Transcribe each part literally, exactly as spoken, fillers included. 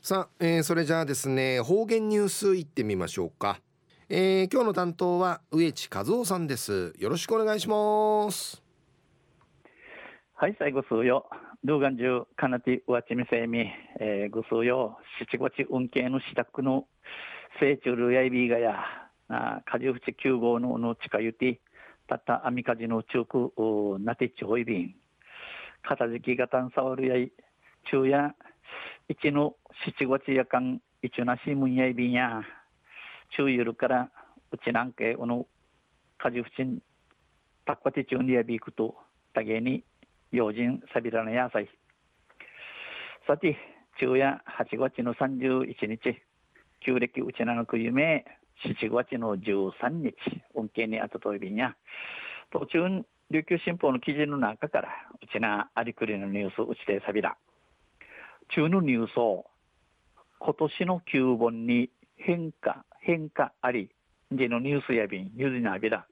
さあ、えーそれじゃあですね、方言ニュースいってみましょうか。えー今日の担当は植地和夫さんです。よろしくお願いします。 はい、最後数よ。動画中、かなてうわちみせみ、えー、ぐ数よ、七五運慶の支度の成虫類やいびがや、あ、かじふちきゅう号のの近ゆて、たったあみかじの中区、うなてちほいびん、かたじきがたんさわるやい、中や、一の七五やかん、一なしむんやいびんや、中ゆるから、うちなんけ、おの、かじふちん、たっこてちゅんりやびくと、たげに、用心さびらの野菜。さて、昼夜はちがつのさんじゅういちにち、旧暦うちなのくゆめ、しちがつのじゅうさんにち、運慶にあたといびんや、途中、琉球新報の記事の中から、うちなありくりのニュースうちてさびら。中のニュースを、今年のきゅうぼんに変化、変化あり、でのニュースやびん、ゆずなびら。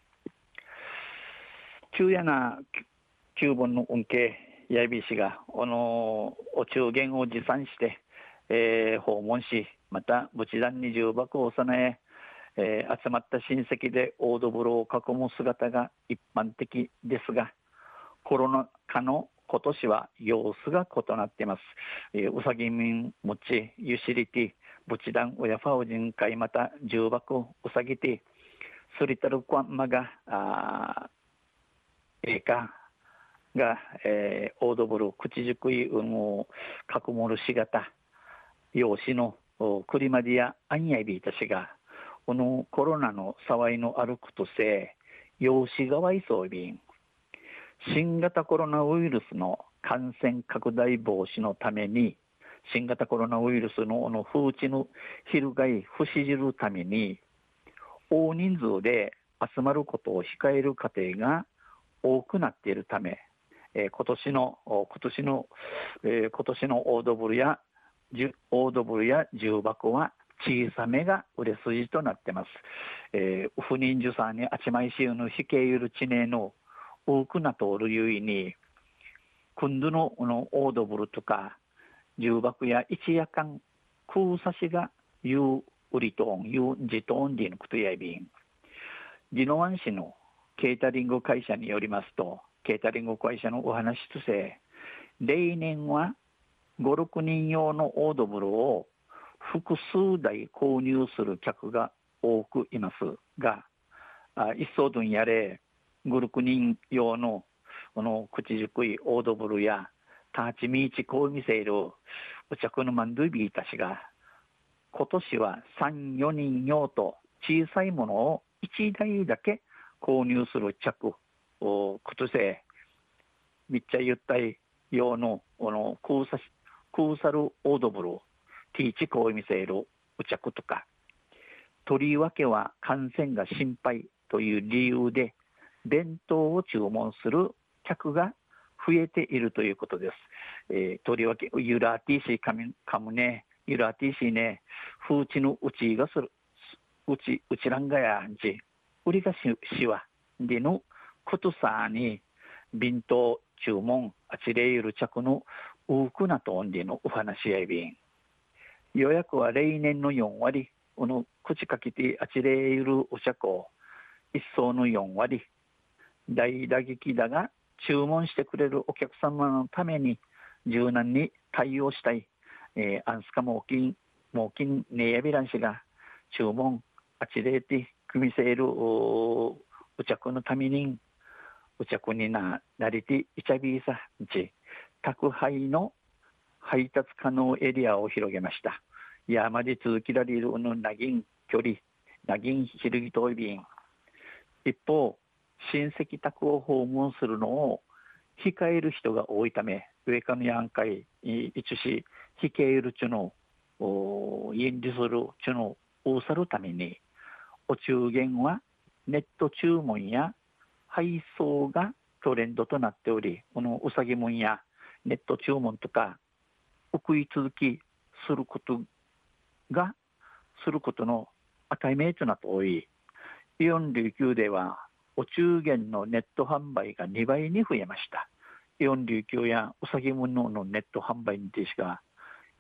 中夜なきゅうぼんの運慶やいびしが、あのお中元を持参して、えー訪問し、また仏壇に重箱を備ええー集まった親戚で大どぶろを囲む姿が一般的ですが、コロナ禍の今年は様子が異なっています。えーうさぎみんもちゆしりて仏壇親ファウジン会また重箱うさぎてすりたるこんまがあーええかが、えー、オードブル口じくい運をかくもるしがた養子のクリマディアアンヤイビーたちがこのコロナの騒いの歩くとせ養子がわいそうびん新型コロナウイルスの感染拡大防止のために新型コロナウイルスのの風知の翻不しじるために大人数で集まることを控える家庭が多くなっているため、えー今年の今年の、えー今年のオードブルやオードブルや重箱は小さめが売れ筋となっています。えー、不妊受産にあちまいしゆの非形ゆる知名の多くなとおるゆいに、今度のこのオードブルとか重箱や一夜間空差しがゆう売りとんゆうじとんりのことやいびん。宜野湾市のケータリング会社によりますと、ケータリング会社のお話とせ、例年はご、ろくにん用のオードブルを複数台購入する客が多くいますが、あ一層分やれ、ご、ろくにん用のこの口じくいオードブルやターチミーチコーミセール、お茶のマンドゥビーたちが、今年はさん、よにん用と小さいものをいちだいだけ購入する着、お靴せ、みっちゃゆったい用の、この空さし、空サルオードブル、ティーチコーミセール、お着とか、とりわけは感染が心配という理由で、弁当を注文する客が増えているということです。えーとりわけ、ユラーティーシーかみかむね、ユラーティーシーね、風知のうちがする、うち、うちらんがやんち、売りがししわ、でのことさに、便当注文、あちれゆる着の多くなとんでのお話やいびん。予約は例年のよんわり、この口かけてあちれゆるお茶を一層のよんわり、大打撃だが注文してくれるお客様のために柔軟に対応したい、えー、アンスカモーキン、モーキンネヤビランシが注文、あちれて組みせるおお茶のために、お茶にな、なりていちゃびいさんち、宅配の配達可能エリアを広げました。山で続きられるのなぎん距離、なぎんひるぎといびん。一方、親戚宅を訪問するのを控える人が多いため、上上やんかい、い一し、控えるちゅの、お引理するちゅの、おさるために、お中元はネット注文や配送がトレンドとなっており、このうさぎもんやネット注文とか、送り続きすることが、することの当たり前となっており、イオン琉球ではお中元のネット販売がにばいに増えました。イオン琉球やうさぎもののネット販売にですが、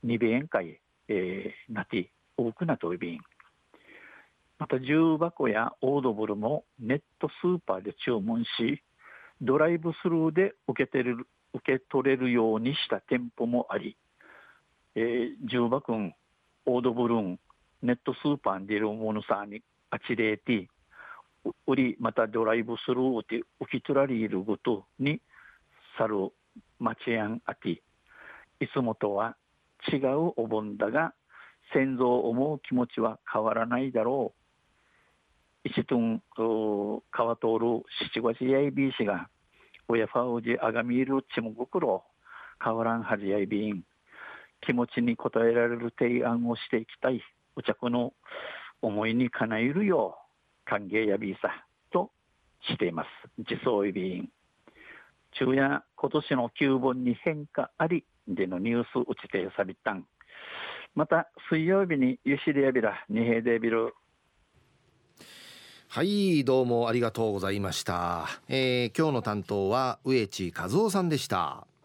にべんかい、えー、なて多くなといびん。また重箱やオードブルもネットスーパーで注文し、ドライブスルーで受け取れる、受け取れるようにした店舗もあり、えー、重箱ん、オードブルン、ネットスーパーに出るものさにあちれて、売りまたドライブスルーで受け取られるごとに去る町やんあて、いつもとは違うお盆だが、先祖を思う気持ちは変わらないだろう。一トン川通る七五時やいびいしが親ファウジあがみいるちもぐくろ変わらんはじやいびん、気持ちに応えられる提案をしていきたいお着の思いにかなえるよう歓迎やびいさとしています。自走いびん昼夜今年のきゅうぼんに変化ありでのニュース打ちてさびたん。また水曜日にゆしりやびらにへいでびる。 はい、どうもありがとうございました。えー、今日の担当は植地和夫さんでした。